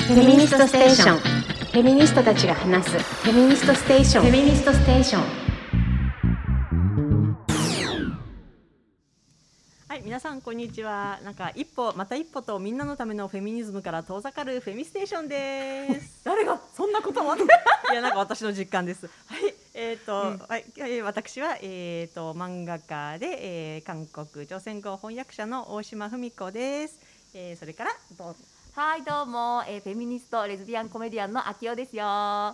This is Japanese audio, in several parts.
フェミニストステーション。フェミニストたちが話すフェミニストステーション。フェミニストステーション。 はい、皆さんこんにちは。なんか一歩また一歩とみんなのためのフェミニズムから遠ざかるフェミステーションです。 誰がそんなことまでいや、なんか私の実感です。はい、はい、私は漫画家で、韓国朝鮮語翻訳者の大島文子です。それからはいどうも、フェミニストレズビアンコメディアンの秋代ですよ。 はい、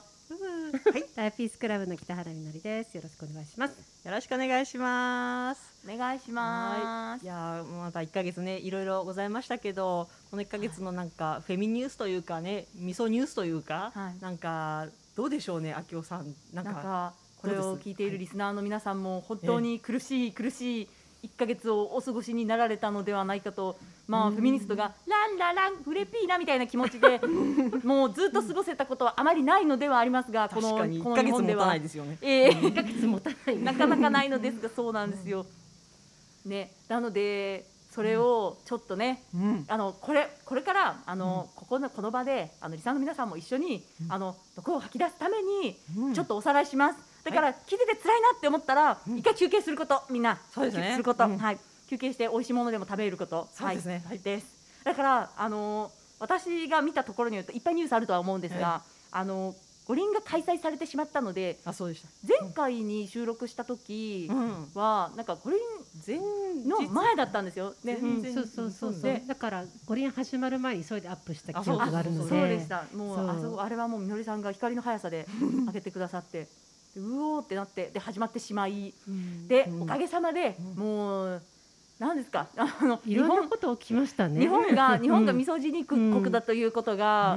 ライフピースクラブの北原みのりです。よろしくお願いします。 よろしくお願いします。 お願いします。 いやまた1ヶ月ねいろいろございましたけど、この1ヶ月のなんかフェミニュースというかね、ミソニュースというか、なんかどうでしょうね、秋代さん。なんかこれを聞いているリスナーの皆さんも本当に苦しい1ヶ月をお過ごしになられたのではないかと、フェミニストがランラランフレピーナみたいな気持ちでもうずっと過ごせたことはあまりないのではありますが、 この1ヶ月持たないですよね。 1ヶ月持たないなかなかないのですが、そうなんですよ、ね、なのでそれをちょっとね、これからこの場でリスナーの皆さんも一緒に毒を吐き出すためにちょっとおさらいします。だから聞いてて辛いなって思ったら一回休憩すること、みんなそうですね、 すること、休憩して美味しいものでも食べること、 そうですね、 です。だから私が見たところによるといっぱいニュースあるとは思うんですが、五輪が開催されてしまったので、 そうでした。 前回に収録した時はなんか五輪の前だったんですよね。 そうだから五輪始まる前にそれでアップした記憶があるので、 そうでした。もうあれはもうみのりさんが光の速さで上げてくださってうおーってなって、で始まってしまい、でおかげさまでもう何ですか、 いろんなこと起きましたね。 日本がミソジニ国だということが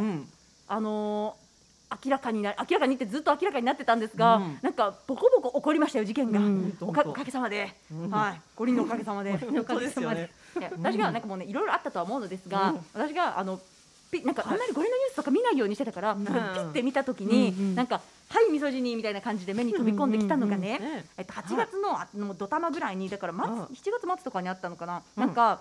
明らかにってずっと明らかになってたんですが、なんかボコボコ起こりましたよ、事件が。おかげさまで、五輪のおかげさまで。私がなんかもうねいろいろあったとは思うのですが、私がなんかあんまり五輪のニュースとか見ないようにしてたから、ピッて見たときになんかはいミソジニみたいな感じで目に飛び込んできたのがね、8月のドタマぐらいに、だから7月末とかにあったのかな、なんか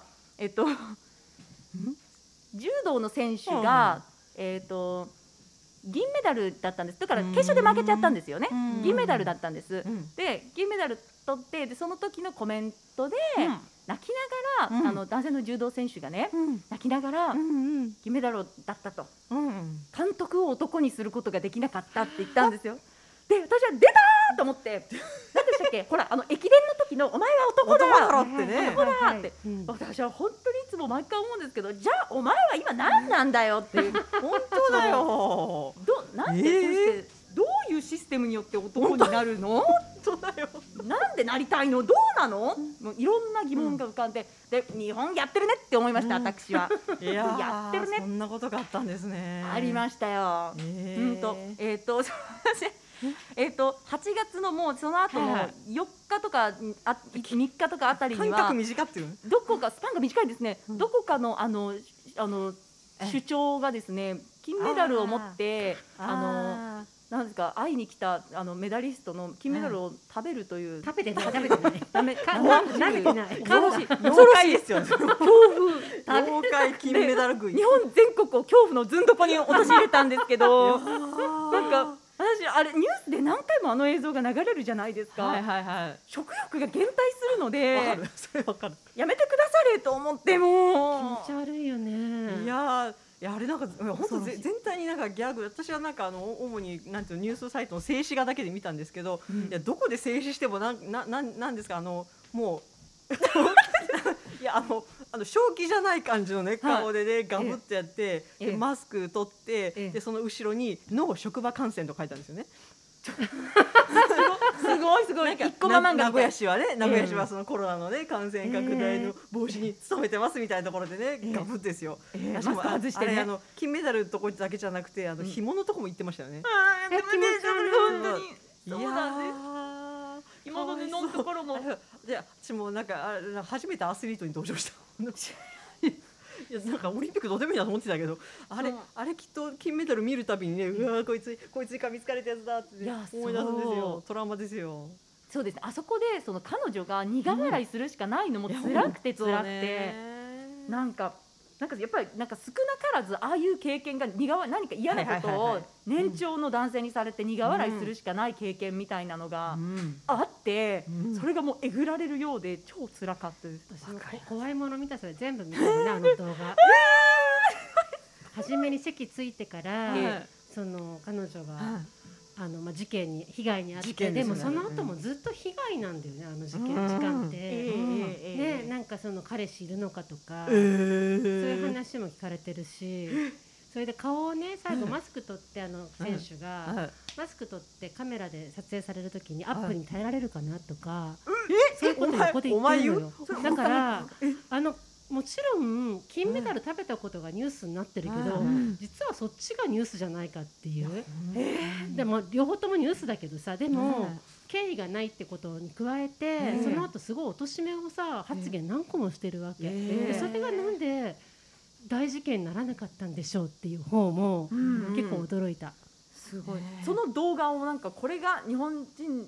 柔道の選手が銀メダルだったんです。だから決勝で負けちゃったんですよね。銀メダルだったんです。で銀メダル取って、でその時のコメントで泣きながら、男性の柔道選手がね、泣きながら銀メダルだったと、監督を男にすることができなかったって言ったんですよ。で私は出たーと思って、何でしたっけ、ほら駅伝の時のお前は男だってね、男だって、私は本当にいつも毎回思うんですけど、じゃあお前は今何なんだよっていう、 本当だよ、 なんでどういうシステムによって男になるの？ 本当だよ、 なんでなりたいの？どうなの？もういろんな疑問が浮かんで、で日本やってるねって思いました、私は。やってるね。 そんなことがあったんですね。 ありましたよ。8月のもうその後の4日とか3日とかあたりには、 間隔短っていうどこかスパンが短いですね。どこかの首長がですね、金メダルを持ってなんですか、会いに来たメダリストの金メダルを食べるという、 食べてない、 ダメ恐ろしいですよね。妖怪金メダル食い、 日本全国を恐怖のずんどこに陥れたんですけど、なんか私あれニュースで何回も映像が流れるじゃないですか。食欲が減退するので、 それわかる。 やめてくだされと思って、も気持ち悪いよね。 いやあれなんか本当全体になんかギャグ、私はなんか主になんていうニュースサイトの静止画だけで見たんですけど、いやどこで静止してもなんですか、もういや正気じゃない感じのね顔でね、ガブッとやって、マスク取って、でその後ろにノー職場感染と書いたんですよね。すごい一個が名古屋市はそのコロナのね感染拡大の防止に努めてますみたいなところでね、ガブッですよ。 マスク外してね、 金メダルのとこだけじゃなくて紐のとこも行ってましたよね。 気持ち悪い、本当にそうなんです。紐の布のところも、 で私もなんか初めてアスリートに登場した。いやなんかオリンピックどうでもいいなと思ってたけど、あれきっと金メダル見るたびにね、うわこいつか見つかれたやつだって思い出すんですよ。トラウマですよ。 そうですね。あそこで彼女が苦笑いするしかないのも辛くて、なんかなんかやっぱりなんか少なからずああいう経験が何か嫌なことを年長の男性にされて苦笑いするしかない経験みたいなのがあって、それがもうえぐられるようで超辛かったです。 私も怖いもの見たさで全部見たのね、あの動画。初めに席ついてから、その彼女が、事件に被害に遭って、でもその後もずっと被害なんだよね、あの時間って。でなんかその彼氏いるのかとか、そういう話も聞かれてるし、それで顔をね最後マスク取って、選手がマスク取ってカメラで撮影される時にアップに耐えられるかなとか、そういうこと横で言ってるのよ。だからもちろん金メダル食べたことがニュースになってるけど、実はそっちがニュースじゃないかっていう、でも両方ともニュースだけどさ、でも敬意がないってことに加えて、その後すごい貶めをさ発言何個もしてるわけ、でそれがなんで大事件にならなかったんでしょうっていう方も結構驚いた。 すごい。その動画をなんかこれが日本人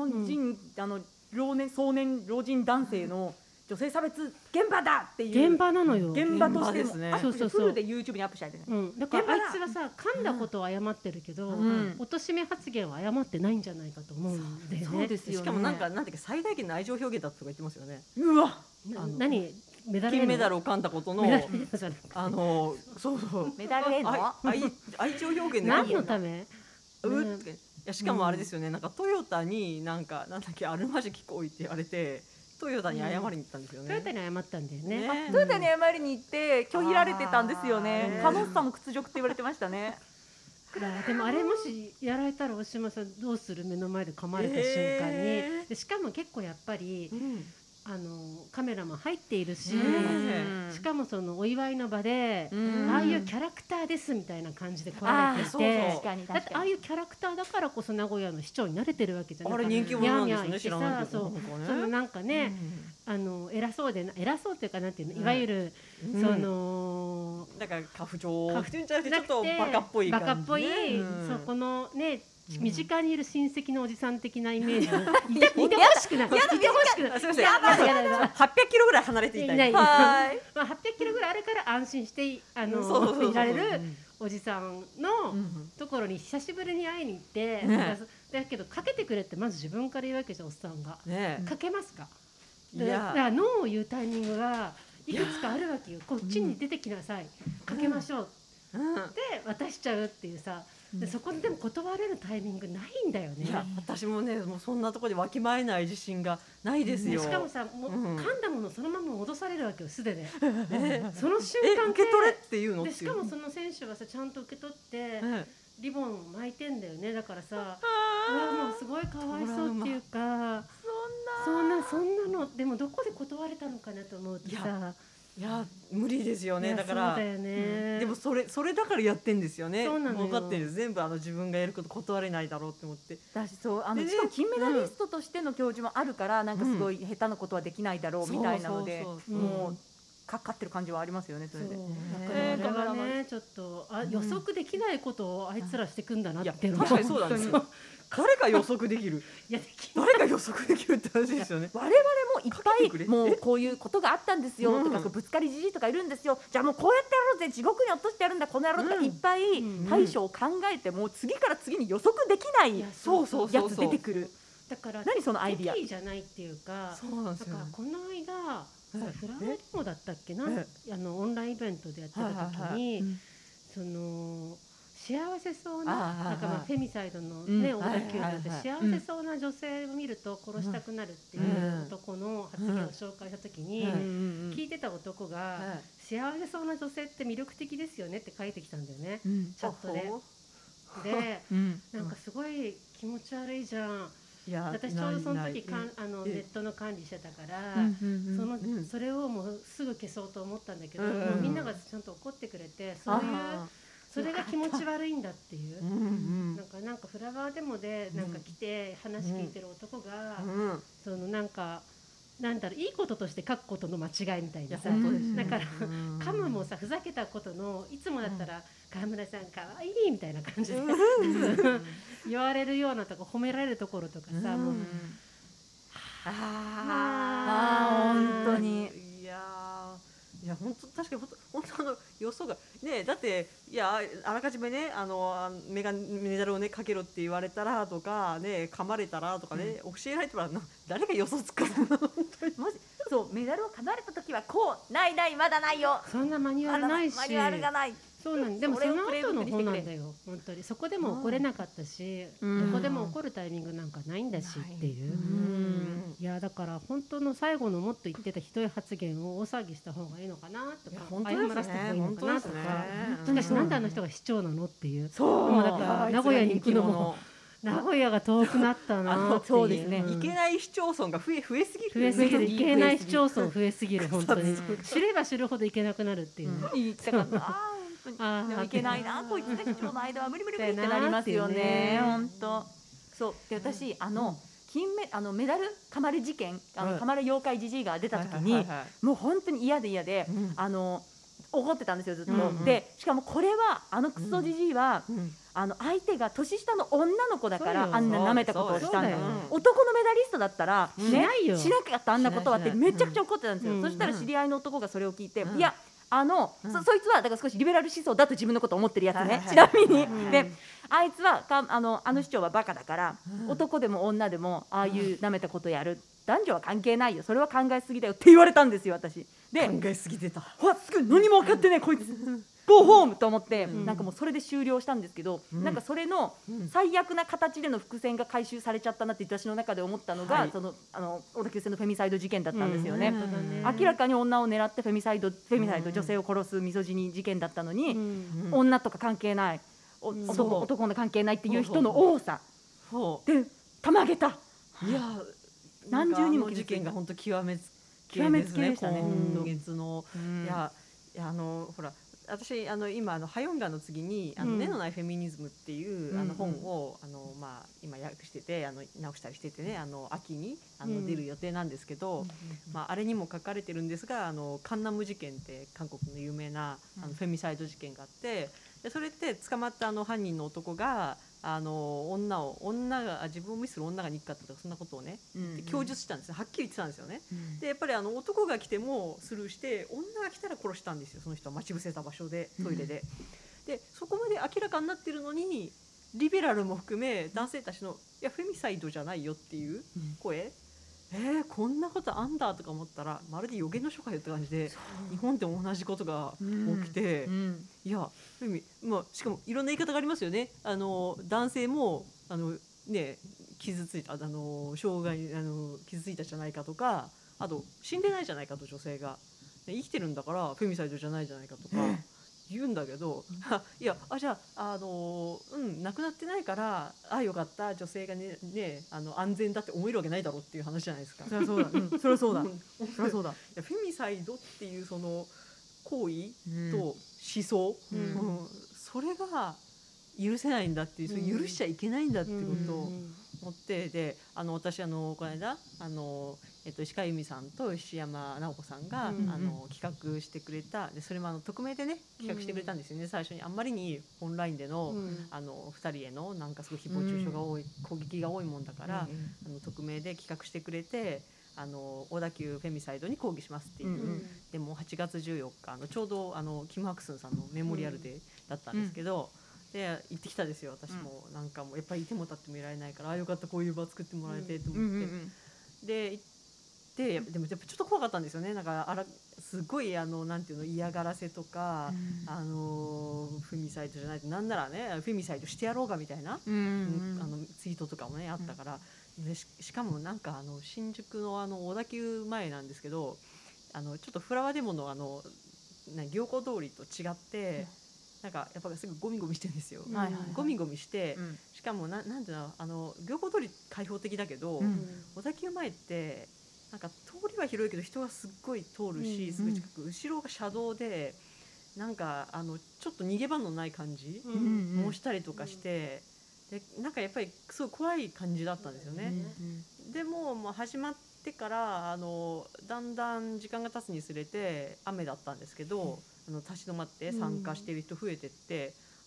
壮年老人男性の女性差別現場だっていう現場なのよ。 現場としてもフルで YouTube にアップしたいですね。 だからあいつはさ噛んだことを謝ってるけど、貶め発言は謝ってないんじゃないかと思うんでね。 そうですよね。 しかもなんていうか最大限の愛情表現だとか言ってますよね。 うわ、 何金メダルを噛んだことのそうメダルへの愛情表現何のため？ いやしかもあれですよね、なんかトヨタになんだっけあるまじき行為って言われて。トヨタに謝りに行ったんですよね。 トヨタに謝ったんだよね。 トヨタに謝りに行って拒否られてたんですよね。カノッサの屈辱って言われてましたね。 でもあれもしやられたら大島さんどうする？目の前で噛まれた瞬間に、でしかも結構やっぱり、カメラも入っているし、しかもそのお祝いの場で、ああいうキャラクターですみたいな感じで来られてて、だってああいうキャラクターだからこそ名古屋の市長に慣れてるわけじゃない。 あれ人気者なんですね。知らないけど。 そのなんかね、偉そうっていうかなんていうの、いわゆるそのだから家父長じゃなくてちょっとバカっぽい感じ。 バカっぽい、そこのね。身近にいる親戚のおじさん的なイメージをいてほしくない。いてほしくない。 すみません。800キロぐらい離れていたい。 800キロぐらいあるから安心していられるおじさんのところに久しぶりに会いに行って、だけどかけてくれってまず自分から言うわけじゃん、おっさんが。かけますか。だからノーを言うタイミングがいくつかあるわけよ。こっちに出てきなさい。かけましょう。で渡しちゃうっていうさ。でそこでも断れるタイミングないんだよね。 いや私もね、もうそんなところでわきまえない自信がないですよ。 しかもさ、もう噛んだものそのまま戻されるわけよ、素手で。その瞬間受け取れっていうの。 でしかもその選手はさちゃんと受け取ってリボン巻いてんだよね。だからさ、もうすごいかわいそうっていうか、そんなのでもどこで断れたのかなと思うとさ。 いや無理ですよね。だからそうだよね、 でもそれだからやってんですよね。 そうなのよ。 分かってるんです。全部自分がやること断れないだろうって思って。 だしそうしかも金メダリストとしての教授もあるから、なんかすごい下手なことはできないだろうみたいなので、もうかかってる感じはありますよね。それでだからね、ちょっと予測できないことをあいつらしてくんだなっていうの。 確かにそうなんですよ。誰が予測できる。誰が予測できるって話ですよね。 我々もいっぱいもうこういうことがあったんですよとか、ぶつかりじじいとかいるんですよ。じゃあもうこうやってやろうぜ、地獄に落としてやるんだこの野郎とかいっぱい対処を考えて、もう次から次に予測できないやつ出てくる。 だから何そのアイディア。 敵意じゃないっていうか。 そうなんですよ。 だからこの間フラワーデモだったっけな、オンラインイベントでやってた時に、その幸せそうな、なんかフェミサイドのね、小田急で幸せそうな女性を見ると殺したくなるっていう男の発言を紹介した時に、聞いてた男が幸せそうな女性って魅力的ですよねって書いてきたんだよね、チャットで。で、なんかすごい気持ち悪いじゃん。私ちょうどその時ネットの管理してたから、それをもうすぐ消そうと思ったんだけど、みんながちゃんと怒ってくれて、それが気持ち悪いんだっていう、なんかフラワーデモでなんか来て話聞いてる男が、そのなんかなんだろう、いいこととして書くことの間違いみたいなさ、だからカムもさふざけたことの、いつもだったら川村さんかわいいみたいな感じで言われるようなとこ、褒められるところとかさ、もう本当に。 いいや本当確かに本当予想がねだっていやあらかじめねメダルをねかけろって言われたらとかね噛まれたらとかね、教えられてたら誰が予想つくの本当にもしそうメダルを噛まれた時はこうないまだないよ、 そんなマニュアルないし、 マニュアルがない。 そうなんでもそのプレイブッ後のクにしてくれ方なんだよ本当に。そこでも怒れなかったし、どこでも怒るタイミングなんかないんだしっていう。いやだから本当の最後のもっと言ってたひどい発言を大騒ぎした方がいいのかなとか、謝らせた方がいいのかなとか、しかしなんであの人が市長なのっていう。 そうでもだから名古屋に行くのも名古屋が遠くなったなっていう。 そうですね、 行けない市町村が増えすぎる、 増えすぎる、行けない市町村増えすぎる本当に。知れば知るほど行けなくなるっていうね。 言いたかった。でもいけないな、こいつね市長の間は無理ってなりますよね。本当。そうで私メダル噛まれ事件噛まれ妖怪じじいが出た時にもう本当に嫌で怒ってたんですよずっと。でしかもこれはクソじじいは相手が年下の女の子だからあんな舐めたことをしたんだ。男のメダリストだったらねしなかったあんなことはってめちゃくちゃ怒ってたんですよ。そしたら知り合いの男がそれを聞いて、いやそいつはだから少しリベラル思想だと自分のことを思ってるやつね、ちなみに。であいつは市長はバカだから、男でも女でもああいう舐めたことやる、男女は関係ないよ、それは考えすぎだよって言われたんですよ私。で考えすぎてた。 すごい何も分かってねこいつゴーホームと思って、なんかもうそれで終了したんですけど、なんかそれの最悪な形での伏線が回収されちゃったなって私の中で思ったのが、小田急線のフェミサイド事件だったんですよね。明らかに女を狙ってフェミサイド女性を殺すミソジニ事件だったのに、女とか関係ない男の関係ないっていう人の多さでたまげた。 いや何重にも事件が本当極めつけでしたね。 今月のいやほら私今ハヨンガの次に根のないフェミニズムっていう本を今訳してて直したりしててね秋に出る予定なんですけど、あれにも書かれてるんですがカンナム事件って韓国の有名なフェミサイド事件があって、でそれって捕まった犯人の男が女が自分を見する女が憎かったとかそんなことをね供述したんですよ。はっきり言ってたんですよね。でやっぱり男が来てもスルーして女が来たら殺したんですよ。その人は待ち伏せた場所でトイレで。でそこまで明らかになってるのにリベラルも含め男性たちのいやフェミサイドじゃないよっていう声、こんなことあんだとか思ったらまるで予言の書かよって感じで日本でも同じことが起きて、いやしかもいろんな言い方がありますよね。男性も傷ついた障害傷ついたじゃないかとか、あと死んでないじゃないかと女性が生きてるんだからフェミサイドじゃないじゃないかとか言うんだけど、いやじゃあ亡くなってないからよかった女性がね安全だって思えるわけないだろうっていう話じゃないですか。 そりゃそうだ、そりゃそうだ、そりゃそうだ。 いやフェミサイドっていうその行為と思想、それが許せないんだっていう、それ許しちゃいけないんだってことを思って、で私この間石川由美さんと石山直子さんが、企画してくれたで、それも匿名でね企画してくれたんですよね。最初にあんまりにオンラインでの、2人へのなんかすごい誹謗中傷が多い、攻撃が多いもんだから、匿名で企画してくれて小田急フェミサイドに抗議しますっていう、でも8月14日ちょうどキム・ハクスンさんのメモリアルデーだったんですけど、で行ってきたですよ私も。なんかもうやっぱりいても立ってもいられないからよかったこういう場作ってもらえてと思って、で行ってでもやっぱちょっと怖かったんですよね。なんかすごいなんていうの嫌がらせとか、フェミサイドじゃないとなんならねフェミサイドしてやろうかみたいな、ツイートとかもねあったから、で しかもなんか新宿の小田急前なんですけどちょっとフラワーデモの行幸通りと違って、なんかやっぱすぐゴミゴミしてるんですよ。ゴミゴミして、しかもなんていうの行幸通り開放的だけど、小田急前ってなんか通りは広いけど人がすっごい通るし、すぐ近く後ろが車道でなんかちょっと逃げ場のない感じもしたりとかして、でなんかやっぱりすごい怖い感じだったんですよね。でも始まってからだんだん時間が経つにつれて雨だったんですけど、立ち止まって参加している人増えてって、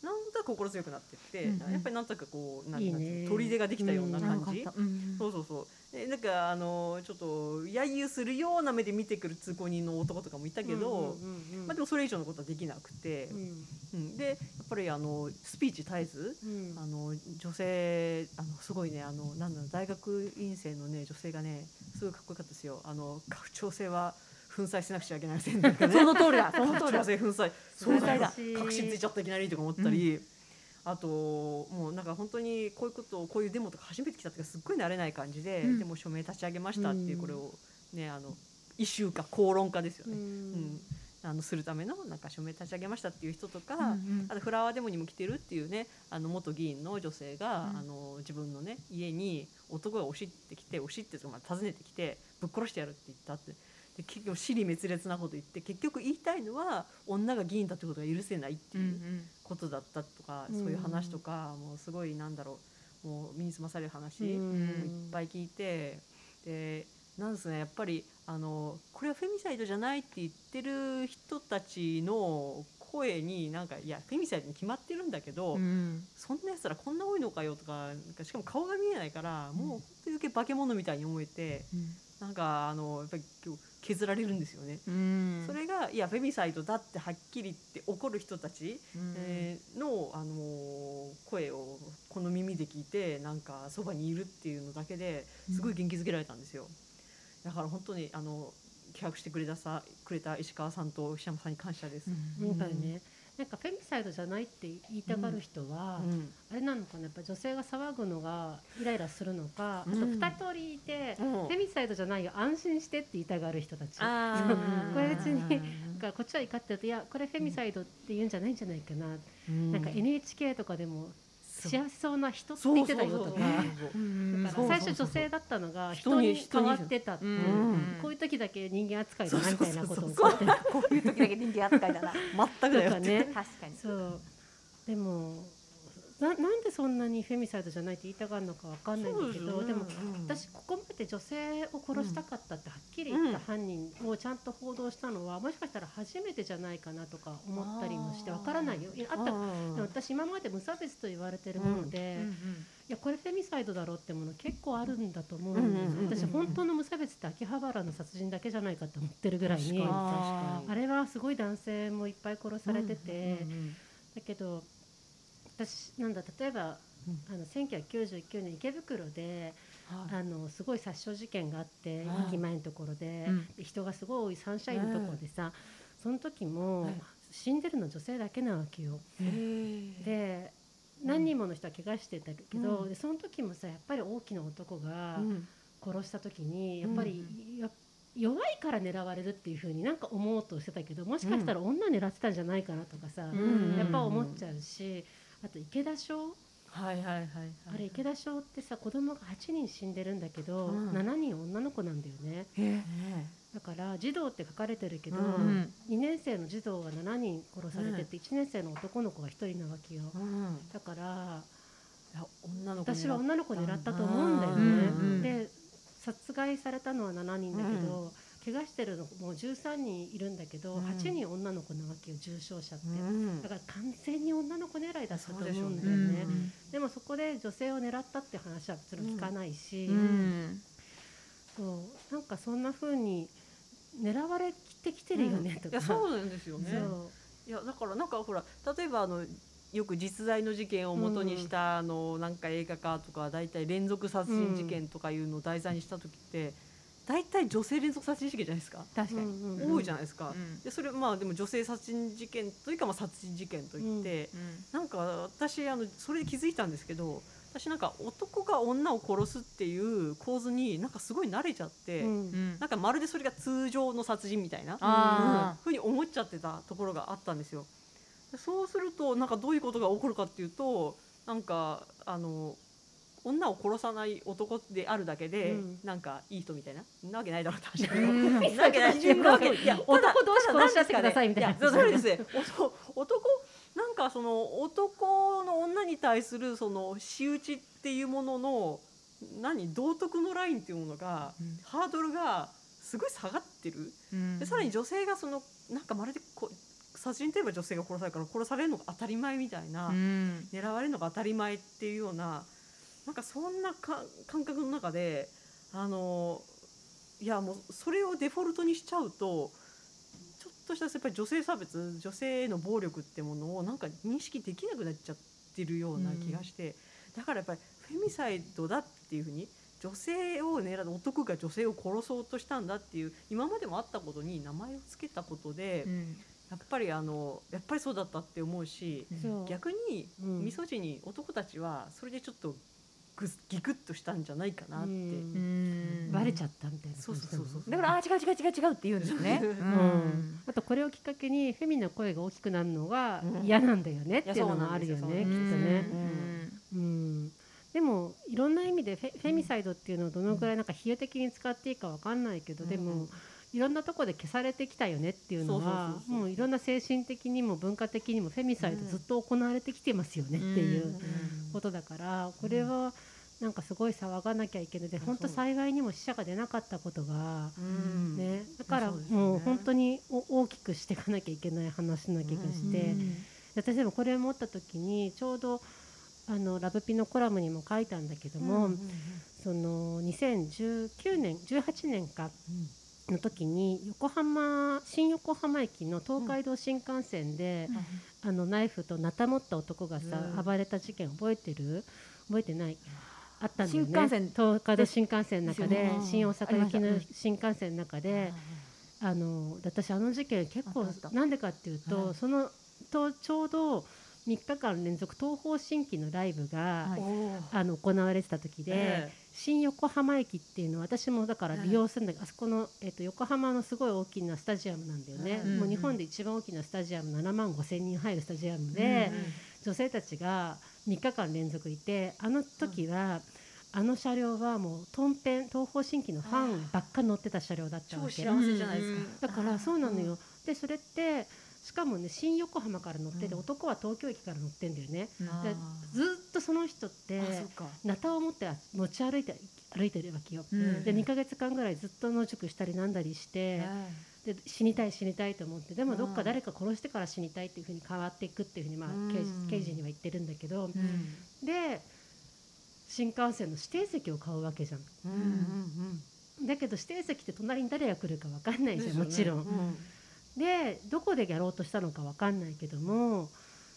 なんとなく心強くなってって、 うんうんやっぱりなんとなくこうなんいいねていうの砦ができたような感じ、 うんそうそうそうなんかちょっと揶揄するような目で見てくる通行人の男とかもいたけど、まあ、でもそれ以上のことはできなくて、でやっぱりスピーチ絶えず、女性すごいねなんだろう大学院生のね女性がねすごいかっこよかったですよ。家父長制は粉砕しなくちゃいけない宣言がねその通りだ、その家父通りだ長制粉砕そうだ確信ついちゃったいきなりとか思ったり、あともうなんか本当にこういうことをこういうデモとか初めて来た時はすっごい慣れない感じで、でも署名立ち上げましたっていうこれをね異臭か口論家ですよね、するためのなんか署名立ち上げましたっていう人とか、あとフラワーデモにも来てるっていうね元議員の女性が、自分のね家に男が押しってきて訪ねてきてぶっ殺してやるって言ったって。で結局支離滅裂なこと言って結局言いたいのは女が議員だってことが許せないっていうことだったとか、そういう話とかもうすごいなんだろうもう身につまされる話いっぱい聞いて、でなんですねやっぱりこれはフェミサイドじゃないって言ってる人たちの声になんかいやフェミサイドに決まってるんだけど、そんなやつらこんな多いのかよとか、しかも顔が見えないから、もう本当に余計化け物みたいに思えて、なんかやっぱり削られるんですよね、それがいやフェミサイドだってはっきり言って怒る人たち、の、声をこの耳で聞いてなんかそばにいるっていうのだけですごい元気づけられたんですよ。だから本当に企画してくれた石川さんと石山さんに感謝です。 やっぱりねなんかフェミサイドじゃないって言いたがる人は、あれなのかなやっぱ女性が騒ぐのがイライラするのか、あと2通りいて、フェミサイドじゃないよ安心してって言いたがる人たち、これ別にこっちは怒ってるといやこれフェミサイドって言うんじゃないんじゃないかな、なんか NHK とかでも幸せそうな人って言ってたよとか、だから最初女性だったのが人に変わってたっていう、こういう時だけ人間扱いだなみたいなことを怒ってる、 こういう時だけ人間扱いだな全くだよとかね、 確かにそうでもなんでそんなにフェミサイドじゃないって言いたがるのかわかんないんだけど、でも私ここまで女性を殺したかったってはっきり言った犯人をちゃんと報道したのはもしかしたら初めてじゃないかなとか思ったりもしてわからないよ。でも私今まで無差別と言われてるもので、いやこれフェミサイドだろうってもの結構あるんだと思うんですよ。私本当の無差別って秋葉原の殺人だけじゃないかと思ってるぐらいに、あれはすごい男性もいっぱい殺されてて、だけど私例えば1999年池袋で、すごい殺傷事件があって駅前のところで、人がすごい多いサンシャインのところでさ、その時も、死んでるの女性だけなわけよ。で何人もの人は怪我してたけど、でその時もさやっぱり大きな男が殺した時にやっぱり、弱いから狙われるっていう風になんか思おうとしてたけど、もしかしたら女狙ってたんじゃないかなとかさ、やっぱ思っちゃうし、あと池田翔、あれ池田翔ってさ子供が8人死んでるんだけど、7人女の子なんだよね。だから児童って書かれてるけど、2年生の児童が7人殺されてて、1年生の男の子が1人なわけよ。だから私は女の子狙ったと思うんだよね。で殺害されたのは7人だけど、怪我してるのも13人いるんだけど、8人女の子なわけよ重傷者って、だから完全に女の子狙いだったと思うんだよね。でもそこで女性を狙ったって話はもちろん聞かないし、そうなんかそんな風に狙われてきてるよねとか、 いやそうなんですよね。いやだからなんかほら例えばよく実在の事件を元にしたなんか映画化とかだいたい連続殺人事件とかいうのを題材にした時ってだいたい女性連続殺人事件じゃないですか。 確かに多いじゃないですか。でそれまあでも女性殺人事件というか殺人事件といって、なんか私それで気づいたんですけど、私なんか男が女を殺すっていう構図になんかすごい慣れちゃって、なんかまるでそれが通常の殺人みたいなふうに思っちゃってたところがあったんですよ。そうするとなんかどういうことが起こるかっていうと、なんか女を殺さない男であるだけで、なんかいい人みたいなわけないだろうって話だけど、なわけないいや男同士殺しちゃってくださいみたいな。 そうですね。男なんかその男の女に対するその仕打ちっていうものの道徳のラインっていうものが、ハードルがすごい下がってる。でさらに女性がなんかまるで殺人といえば女性が殺されるから殺されるのが当たり前みたいな、狙われるのが当たり前っていうような、なんかそんな感覚の中でいやもうそれをデフォルトにしちゃうとちょっとしたやっぱり女性差別、女性への暴力ってものをなんか認識できなくなっちゃってるような気がして、だからやっぱりフェミサイドだっていうふうに女性を狙う、男が女性を殺そうとしたんだっていう今までもあったことに名前を付けたことで、やっぱりそうだったって思うし、逆にミソジニ男たちはそれでちょっとギクッとしたんじゃないかなって、 バレちゃったみたいな感じなの。 だから違うって言うんですね。 あとこれをきっかけにフェミな声が大きくなるのが嫌なんだよねっていうのもあるよね、きっとね。でもいろんな意味でフェミサイドっていうのをどのぐらいなんか比喩的に使っていいかわかんないけど、でもいろんなところで消されてきたよねっていうのは、もういろんな精神的にも文化的にもフェミサイドずっと行われてきてますよねっていうことだから、これはなんかすごい騒がなきゃいけないで、本当幸いにも死者が出なかったことが、ね、だからもう本当に大きくしていかなきゃいけない話な気がして、私でもこれを持った時にちょうどラブピのコラムにも書いたんだけども、その2019年18年かの時に新横浜駅の東海道新幹線で、ナイフとなた持った男がさ、暴れた事件覚えてる？覚えてない？あったんだよね。東海道新幹線の中で、新大阪行きの新幹線の中で、私事件結構なんでかっていうと、ちょうど3日間連続東方神起のライブが、行われてた時で、新横浜駅っていうのは私もだから利用するんだけど、あそこの、横浜のすごい大きなスタジアムなんだよね。もう日本で一番大きなスタジアム、7万5千人入るスタジアムで、女性たちが3日間連続いて、時は車両はもう東方神起のファンばっか乗ってた車両だったわけ。 超幸せじゃないですか。 だからそうなのよ。でそれってしかもね、新横浜から乗ってて、男は東京駅から乗ってんだよね。でずっとその人ってナタを持って持ち歩いてるわけよ。で2ヶ月間ぐらいずっと野宿したりなんだりして、で死にたいと思って、でもどっか誰か殺してから死にたいっていう風に変わっていくっていう風に、刑事には言ってるんだけど、で新幹線の指定席を買うわけじゃん。だけど指定席って隣に誰が来るか分かんないじゃん、もちろん。でどこでやろうとしたのか分かんないけども、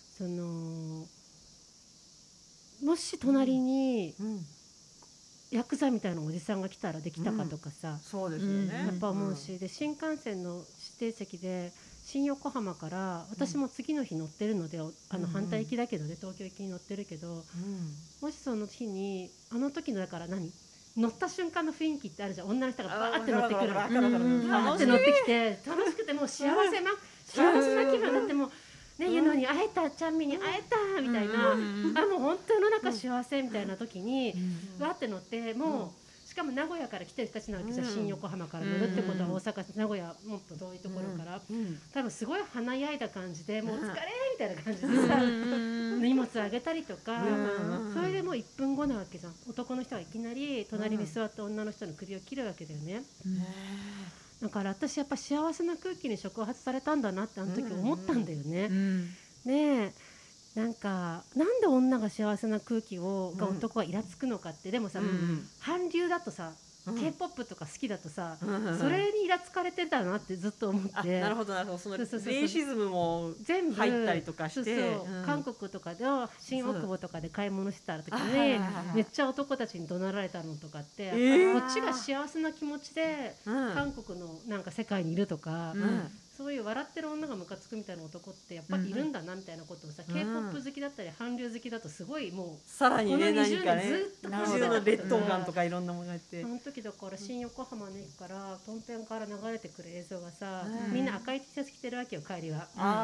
もし隣にヤクザみたいなおじさんが来たらできたかとかさ、 そうですよね、 やっぱ思うし、で新幹線の指定席で新横浜から私も次の日乗ってるので、反対行きだけどね、東京行きに乗ってるけど、もしその日に時のだから乗った瞬間の雰囲気ってあるじゃん。女の人がバーって乗ってくる、バーって乗ってきて楽しくて、もう幸せな気分だって、もうね、ユノに会えた、ちゃんみに会えたみたいな、もう本当の中幸せみたいな時にバーって乗って、もうしかも名古屋から来てる人たちなわけじゃん。新横浜から乗るってことは大阪、名古屋もっと遠いところから、多分すごい華やいだ感じで、もうお疲れみたいな感じでさ、荷物あげたりとか、それでもう1分後なわけじゃん。男の人がいきなり隣に座った女の人の首を切るわけだよね。だから私やっぱ幸せな空気に触発されたんだなって時思ったんだよね。でなんで女が幸せな空気が男はイラつくのかって、でもさ、韓流だとさ、K-POP とか好きだとさ、それにイラつかれてたなってずっと思って。 なるほどなるほど。そのレイシズムも全部入ったりとかして、 韓国とかで新大久保とかで買い物してた時にめっちゃ男たちに怒鳴られたのとかって、こっちが幸せな気持ちで韓国のなんか世界にいるとか、そういう笑ってる女がムカつくみたいな男ってやっぱりいるんだなみたいなことをさ、K-POP 好きだったり韓流好きだとすごいもうさらにね、何かね、 ずっと二重の劣等感とかいろんなものがあって、 その時だから新横浜の駅からトンペンから流れてくる映像がさ、みんな赤い T シャツ着てるわけよ、帰りは。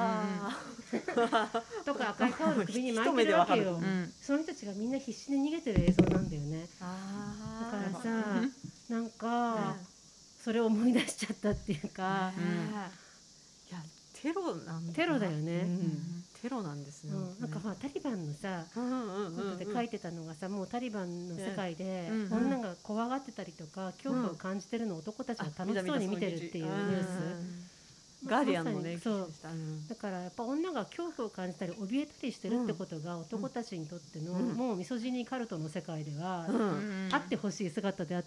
とか赤いタオル首に巻いてるわけよ。その人たちがみんな必死で逃げてる映像なんだよね。だからさ、なんかそれを思い出しちゃったっていうか、 いやテロなんだ。 テロだよね。 テロなんですね。 なんかタリバンのさ、ことで書いてたのがさ、もうタリバンの世界で女が怖がってたりとか恐怖を感じてるのを男たちが楽しそうに見てるっていうニュース。 ガーディアンのね、 まさにそう記事でした。うん。 だからやっぱ女が恐怖を感じたり怯えたりしてるってことが男たちにとっての、もうミソジニーカルトの世界では、あってほしい姿であって、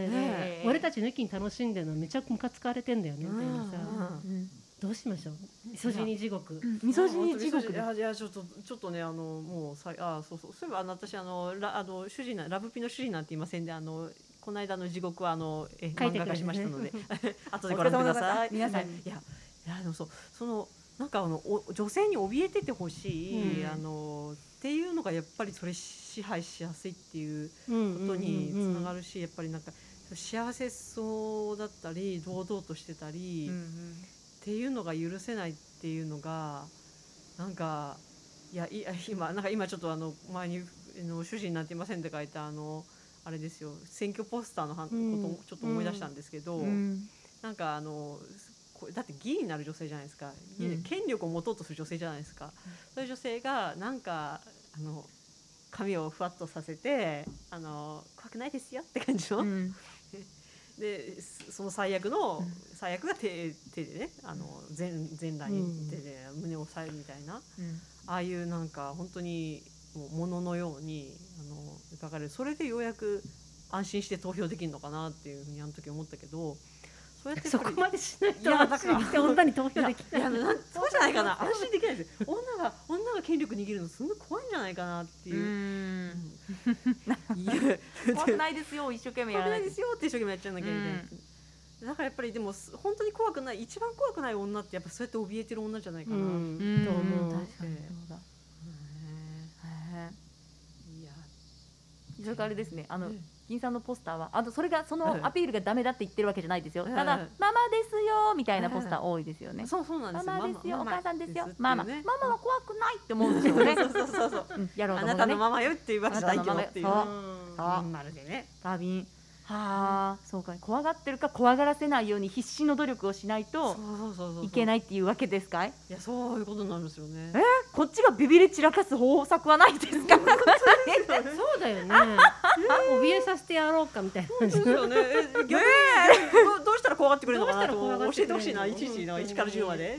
俺たち抜きに楽しんでるのはめちゃくムカつかれてんだよねみたいなさ、どうしましょうミソジニー地獄。 ミソジニー地獄。 いやちょっとねもうそういえば私主人ラブピの主人なんて言いませんでこの間の地獄は漫画化しましたので後でご覧ください。 皆さん。 いやでもそのなんか女性に怯えててほしい、っていうのがやっぱりそれ支配しやすいっていうことにつながるし、やっぱりなんか幸せそうだったり堂々としてたり、っていうのが許せないっていうのがなんか今ちょっと前に主人なんて言いませんって書いたあれですよ、選挙ポスターのことをちょっと思い出したんですけど、なんかだって議員になる女性じゃないですか、権力を持とうとする女性じゃないですか、そういう女性がなんか髪をふわっとさせて怖くないですよって感じの、でその最悪が手でね全裸に手で胸を押さえるみたいな、ああいうなんか本当にもののように描かれる。それでようやく安心して投票できるのかなっていうふうにあの時思ったけど、そうやってそこまでしないと安心して女に投票できない。 そうじゃないかな、安心できないです。女が権力握るのすごい怖いんじゃないかなっていう。 怖くないですよ、一生懸命やらないですよって一生懸命やっちゃうんだけど、だからやっぱりでも本当に怖くない、一番怖くない女ってやっぱそうやって怯えてる女じゃないかなと思う。 確かにそうだ。それからあれですね、銀さんのポスターはそれがそのアピールがダメだって言ってるわけじゃないですよ。ただママですよみたいなポスター多いですよね。 そうなんですよ。 ママですよ、お母さんですよ、ママは怖くないって思うんですよね。やろうと思うね。 あなたのママよっていうわけじゃないけどっていう。まるでね。 ガビン。はあ、そうか、怖がってるか怖がらせないように必死の努力をしないといけないっていうわけですかい？ いや、そういうことになるんですよね。 こっちがビビり散らかす方策はないですか？ そうだよね。怯えさせてやろうかみたいな感じ。 そうですよね。どうしたら怖がってくれるのかなと教えてほしいな、1から10まで。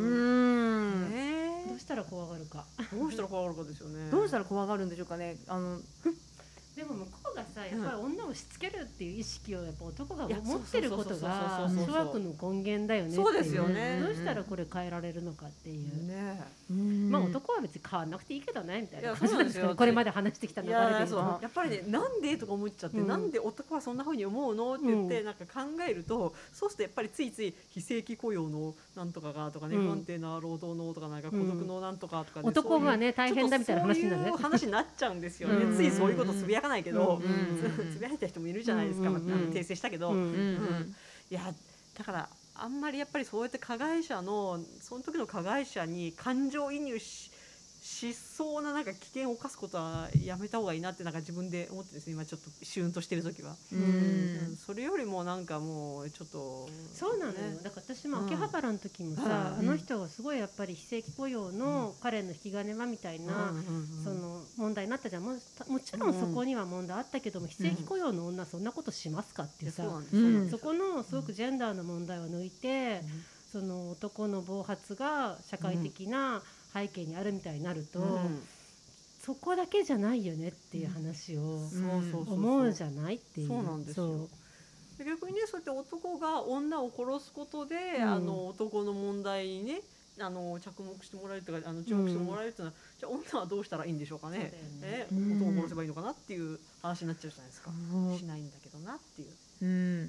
どうしたら怖がるか。 どうしたら怖がるかですよね。 どうしたら怖がるんでしょうかね。 でも向こうがさ、やっぱり女をしつけるっていう意識をやっぱ男が持ってることが諸悪の根源だよねっていう。 そうですよね。 どうしたらこれ変えられるのかっていう。まあ男は別に変わんなくていいけどねみたいな感じなんですよ。これまで話してきた流れで。 やっぱりね、なんでとか思っちゃって、なんで男はそんな風に思うのって言ってなんか考えると、そうするとやっぱりついつい非正規雇用のなんとかがとかね、不安定な労働のとかなんか孤独のなんとかとかね、 男がね大変だみたいな話になる。 そういう話になっちゃうんですよね。ついそういうことつぶやかないけど。つぶやいた人もいるじゃないですか、訂正したけど、いやだからあんまりやっぱりそうやって加害者のその時の加害者に感情移入しそうななんか危険を冒すことはやめた方がいいなってなんか自分で思ってですね、今ちょっとシュンとしてる時は、それよりもなんかもうちょっとそうなのよ。だから私も秋葉原の時もさ、あの人はすごいやっぱり非正規雇用の彼の引き金はみたいなその問題になったじゃん。もちろんそこには問題あったけども、非正規雇用の女そんなことしますかっていうさ、そこのすごくジェンダーの問題を抜いて、その男の暴発が社会的な背景にあるみたいになると、そこだけじゃないよねっていう話を思うじゃないっていう。 そうなんですよ。逆にね、そうやって男が女を殺すことで、男の問題にね着目してもらえるとか注目してもらえるっていうのは、じゃあ女はどうしたらいいんでしょうかね。男を殺せばいいのかなっていう話になっちゃうじゃないですか。しないんだけどなっていう。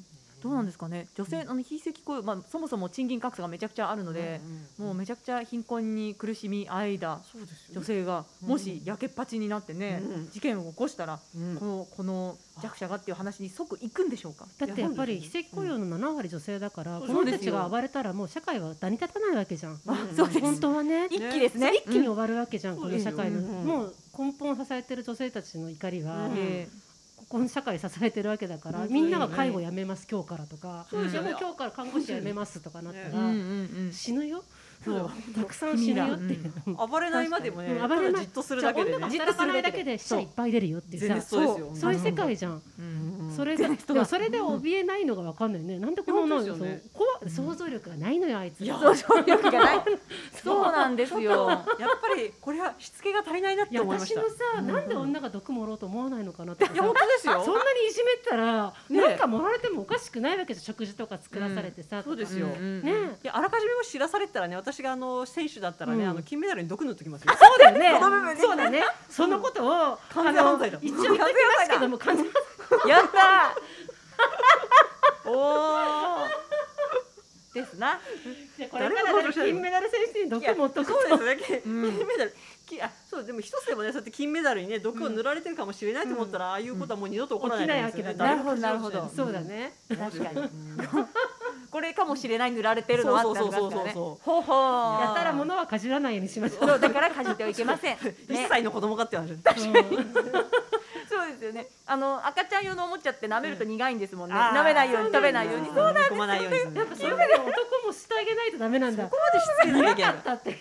どうなんですかね。女性非正規雇用、そもそも賃金格差がめちゃくちゃあるので、もうめちゃくちゃ貧困に苦しみあいだ女性がもしやけっぱちになってね、事件を起こしたら、この弱者がっていう話に即行くんでしょうか。 だってやっぱり非正規雇用の7割女性だから、この人たちが暴れたらもう社会は成り立たないわけじゃん。本当はね、 一気ですね。 一気に終わるわけじゃん、この社会の。もう根本を支えてる女性たちの怒りはこの社会支えてるわけだから、みんなが介護やめます今日からとか、今日から看護師やめますとかなったら死ぬよ。たくさん死ぬよっていう。 暴れないまでもね、ただじっとするだけでね、 働かないだけで死者いっぱい出るよっていうさ、そういう世界じゃん。 それででもそれで怯えないのが分かんないね。なんでこの女の子想像力がないのよあいつ。 想像力がない。そうなんですよ。 やっぱりこれはしつけが足りないなって思いました。 私のさ、なんで女が毒盛ろうと思わないのかなとかさ。 いや本当ですよ。 そんなにいじめたらなんか盛られてもおかしくないわけじゃん。食事とか作らされてさ。 そうですよ。 ね。 いやあらかじめも知らされたらね、私が選手だったらね、金メダルに毒塗っときますよ。 そうだよね。そうだね。そのことを完全犯罪だ。 一応言ってますけども完全。 やったー。おお。ですな。 これから金メダル選手に毒持っとくと。そうですね。金メダル。そうでも一つでもね、そうやって金メダルにね毒を塗られてるかもしれないと思ったら、ああいうことはもう二度と起こらないわけだ。 なるほどなるほど。 そうだね。 確かに。これかもしれない塗られてるのはってなりますからね。ほほ。 やたら物はかじらないようにしましょう。 そうだからかじってはいけません。 1歳の子供かって話。 確かに。そうですよね。赤ちゃん用のおもちゃって舐めると苦いんですもんね。舐めないように食べないように。そうなんです。 飲まないように。 やっぱそれで男もしてあげないとダメなんだ。 そこまでしつけなきゃいけない。 だって。 苦い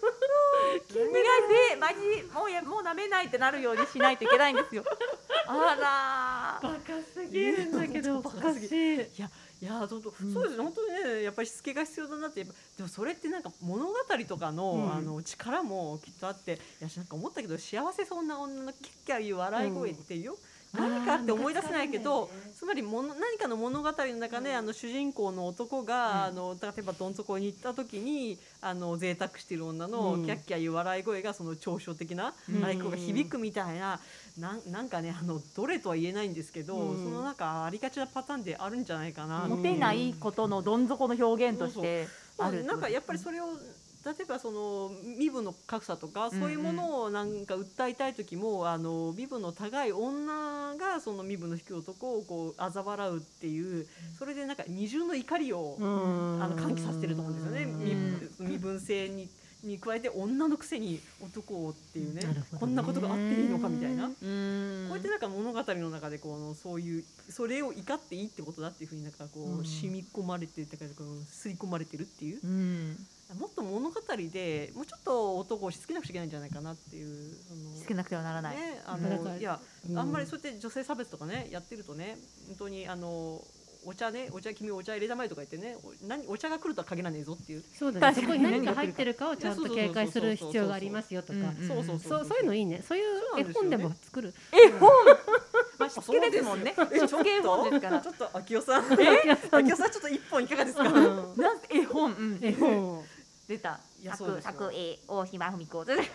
でマジもう舐めないってなるようにしないといけないんですよ。あら。バカすぎるんだけど。バカすぎ。 いやそうですね。本当にねやっぱりしつけが必要だなって。でもそれってなんか物語とかの力もきっとあって、いやなんか思ったけど幸せそうな女のキャッキャいう笑い声ってよ。何かって思い出せないけど、つまり何かの物語の中で主人公の男が例えばどん底に行った時に贅沢している女のキャッキャいう笑い声がその嘲笑的な笑い声が響くみたいな、なんかねどれとは言えないんですけど、そのなんかありがちなパターンであるんじゃないかな。 モテないことのどん底の表現としてある。 なんかやっぱりそれを例えばその身分の格差とかそういうものをなんか訴えたい時も身分の高い女がその身分の低い男をこう嘲笑うっていう、それでなんか二重の怒りを喚起させてると思うんですよね。身分制に加えて女のくせに男をっていうね、こんなことがあっていいのかみたいな、こうやってなんか物語の中でそういうそれを怒っていいってことだっていうふうになんかこう染み込まれて刷り込まれてるっていう。もっと物語でもうちょっと男をしつけなくちゃいけないんじゃないかなっていう。 しつけなくてはならない。 ね、いや、あんまりそうやって女性差別とかねやってるとね、本当に君お茶入れたまえとか言ってね、お茶が来るとは限らねえぞっていう。 そうだね。そこに何が入ってるかをちゃんと警戒する必要がありますよとか。そういうのいいね。そういう絵本でも作る。 絵本。まあしつけですもんね。しつけ絵本ですから。 ちょっと秋代さん、秋代さんちょっと一本いかがですか。 絵本。 絵本。 出た。作大島文子。 それやった。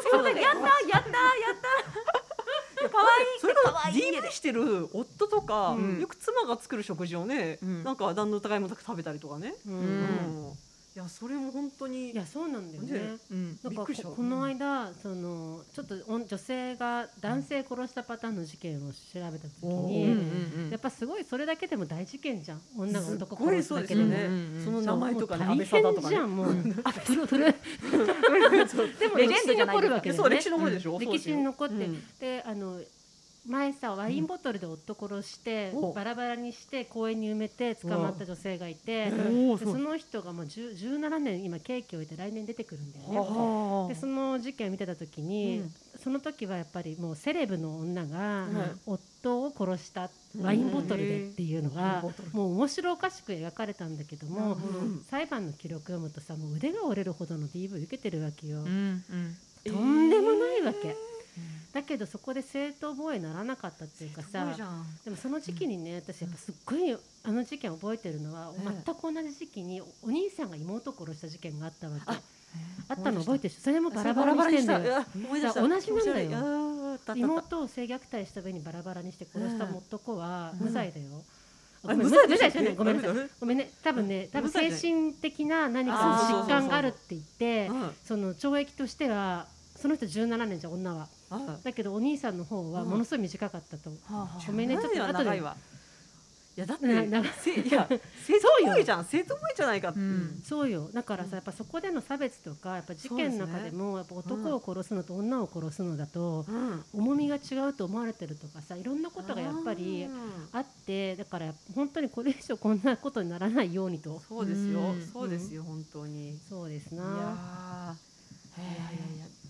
可愛い。 それから DV してる夫とか、よく妻が作る食事をね、なんか旦那の高いもの食べたりとかね。いやそれも本当に。 いやそうなんだよね。なんかこの間ちょっと女性が男性殺したパターンの事件を調べた時に、やっぱすごいそれだけでも大事件じゃん。女が男殺すだけでも。 その名前とかね、 大変じゃんもう。でも歴史に残るわけだよね。 歴史に残るでしょ。 歴史に残ってで前さワインボトルで夫殺してバラバラにして公園に埋めて捕まった女性がいて、その人がもう17年今刑期を終えて来年出てくるんだよね。でその事件を見てた時に、その時はやっぱりもうセレブの女が夫を殺したワインボトルでっていうのがもう面白おかしく描かれたんだけども、裁判の記録読むとさ、もう腕が折れるほどの DV 受けてるわけよ。とんでもないわけ。だけどそこで正当防衛ならなかったっていうかさ、でもその時期にね、私やっぱすっごい事件覚えてるのは、全く同じ時期にお兄さんが妹を殺した事件があったわけ。あったの覚えてる？それもバラバラにしてんだよ。同じなんだよ。妹を性虐待した上にバラバラにして殺した男は無罪だよ。無罪じゃない、ごめんなさい、ごめんね。多分精神的な何かの疾患があるって言って、その懲役としてはその人17年じゃ女は。だけどお兄さんの方はものすごい短かったと。ごめんね、ちょっと後で。 いやだって正当防衛じゃん、正当防衛じゃないかって。 そうよ。だからさ、やっぱそこでの差別とかやっぱ事件の中でもやっぱ男を殺すのと女を殺すのだと重みが違うと思われてるとかさ、いろんなことがやっぱりあって、だから本当にこれ以上こんなことにならないようにと。 そうですよ、そうですよ、本当に。 そうですな。 いや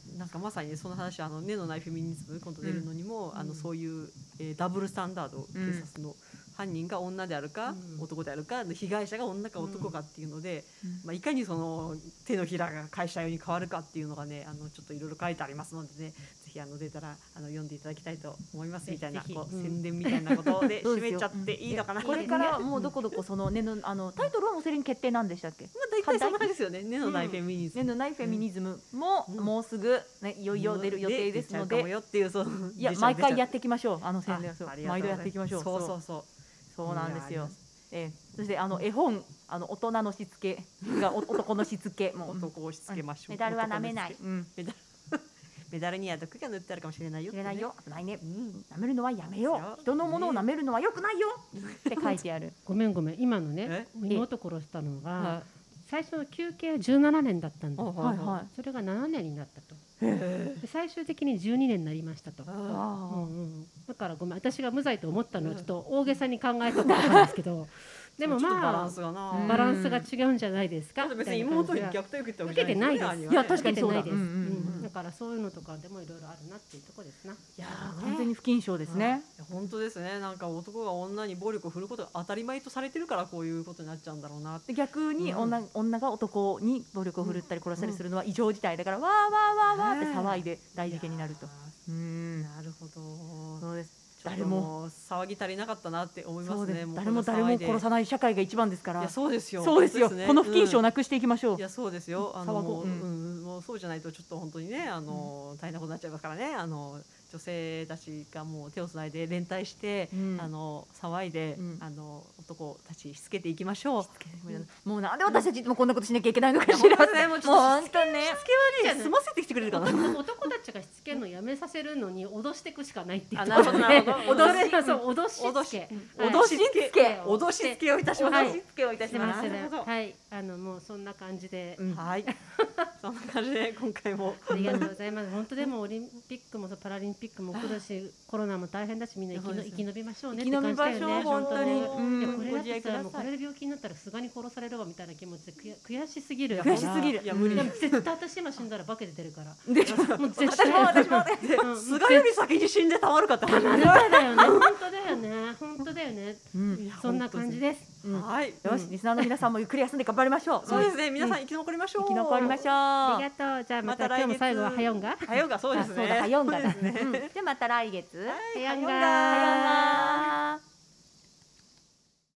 なんかまさにその話根のないフェミニズム今度出るのにも、そういう、ダブルスタンダード、警察の犯人が女であるか、男であるか被害者が女か男かっていうので、いかにその手のひらが返したように変わるかっていうのがねちょっといろいろ書いてありますのでね、ぜひ出たら読んでいただきたいと思いますみたいなこう宣伝みたいなことで締めちゃっていいのかな。 これからもうどこどこその根のタイトルはもうそれに決定なんでしたっけ？ 大体そんな感じですよね。根のないフェミニズム、 根のないフェミニズムももうすぐねいよいよ出る予定ですので、いや毎回やっていきましょう。宣伝毎度やっていきましょう。そうなんですよ。そして絵本大人のしつけが男のしつけも男をしつけましょう。 メダルは舐めない。 メダルには毒が塗ってあるかもしれないよ。 危ないね。舐めるのはやめよう。人のものを舐めるのは良くないよって書いてある。 ごめん今のね妹殺したのが最初の休憩は17年だったんだ。それが7年になったと。最終的に12年になりましたと。だからごめん、私が無罪と思ったのはちょっと大げさに考えたことなんですけど、でもまあバランスが違うんじゃないですか。 別に妹に虐待を受けてないです。 いや確かにそうだ。 だからそういうのとかでもいろいろあるなっていうところですな。いや完全に不謹慎ですね。 本当ですね。なんか男が女に暴力を振ることが当たり前とされてるからこういうことになっちゃうんだろうなって。 逆に女が男に暴力を振るったり殺したりするのは異常事態だから、わーわーわーわーって騒いで大事件になると。 なるほど。 そうです。 誰も騒ぎ足りなかったなって思いますね。 誰も殺さない社会が一番ですから。 いやそうですよ。 そうですよ。この不謹慎をなくしていきましょう。 いやそうですよ。もうそうじゃないとちょっと本当にね大変なことになっちゃいますからね。女性たちがもう手をつないで連帯して、騒いで、男たちしつけていきましょう。 もうなんで私たちもこんなことしなきゃいけないのかしら。 もう本当ね。しつけはね済ませてきてくれるかな。 男たちがしつけるのやめさせるのに脅していくしかないっていう。 なるほどなるほど。 脅しつけ。 脅しつけをいたします。 脅しつけをいたします。 はい、もうそんな感じで。 はい。そんな感じで今回もありがとうございます。本当でもオリンピックもパラリンピックも来るし、コロナも大変だし、みんな生き延びましょうねって感じだよね。 本当に。 これだってさ、これで病気になったら菅に殺されるわみたいな気持ちで悔しすぎる。 悔しすぎる。 いや無理。 絶対私今死んだら化けて出るから。 もう絶対私も菅より先に死んでたまるかって話。 だよね。本当だよね。そんな感じです。 はい。 よし、リスナーの皆さんもゆっくり休んで頑張りましょう。 そうですね。皆さん生き残りましょう。 生き残りましょう。 ありがとう。じゃあまた今日も最後ははよんが。 はよんがそうですね。 はよんがだ。じゃあまた来月。 はよんが。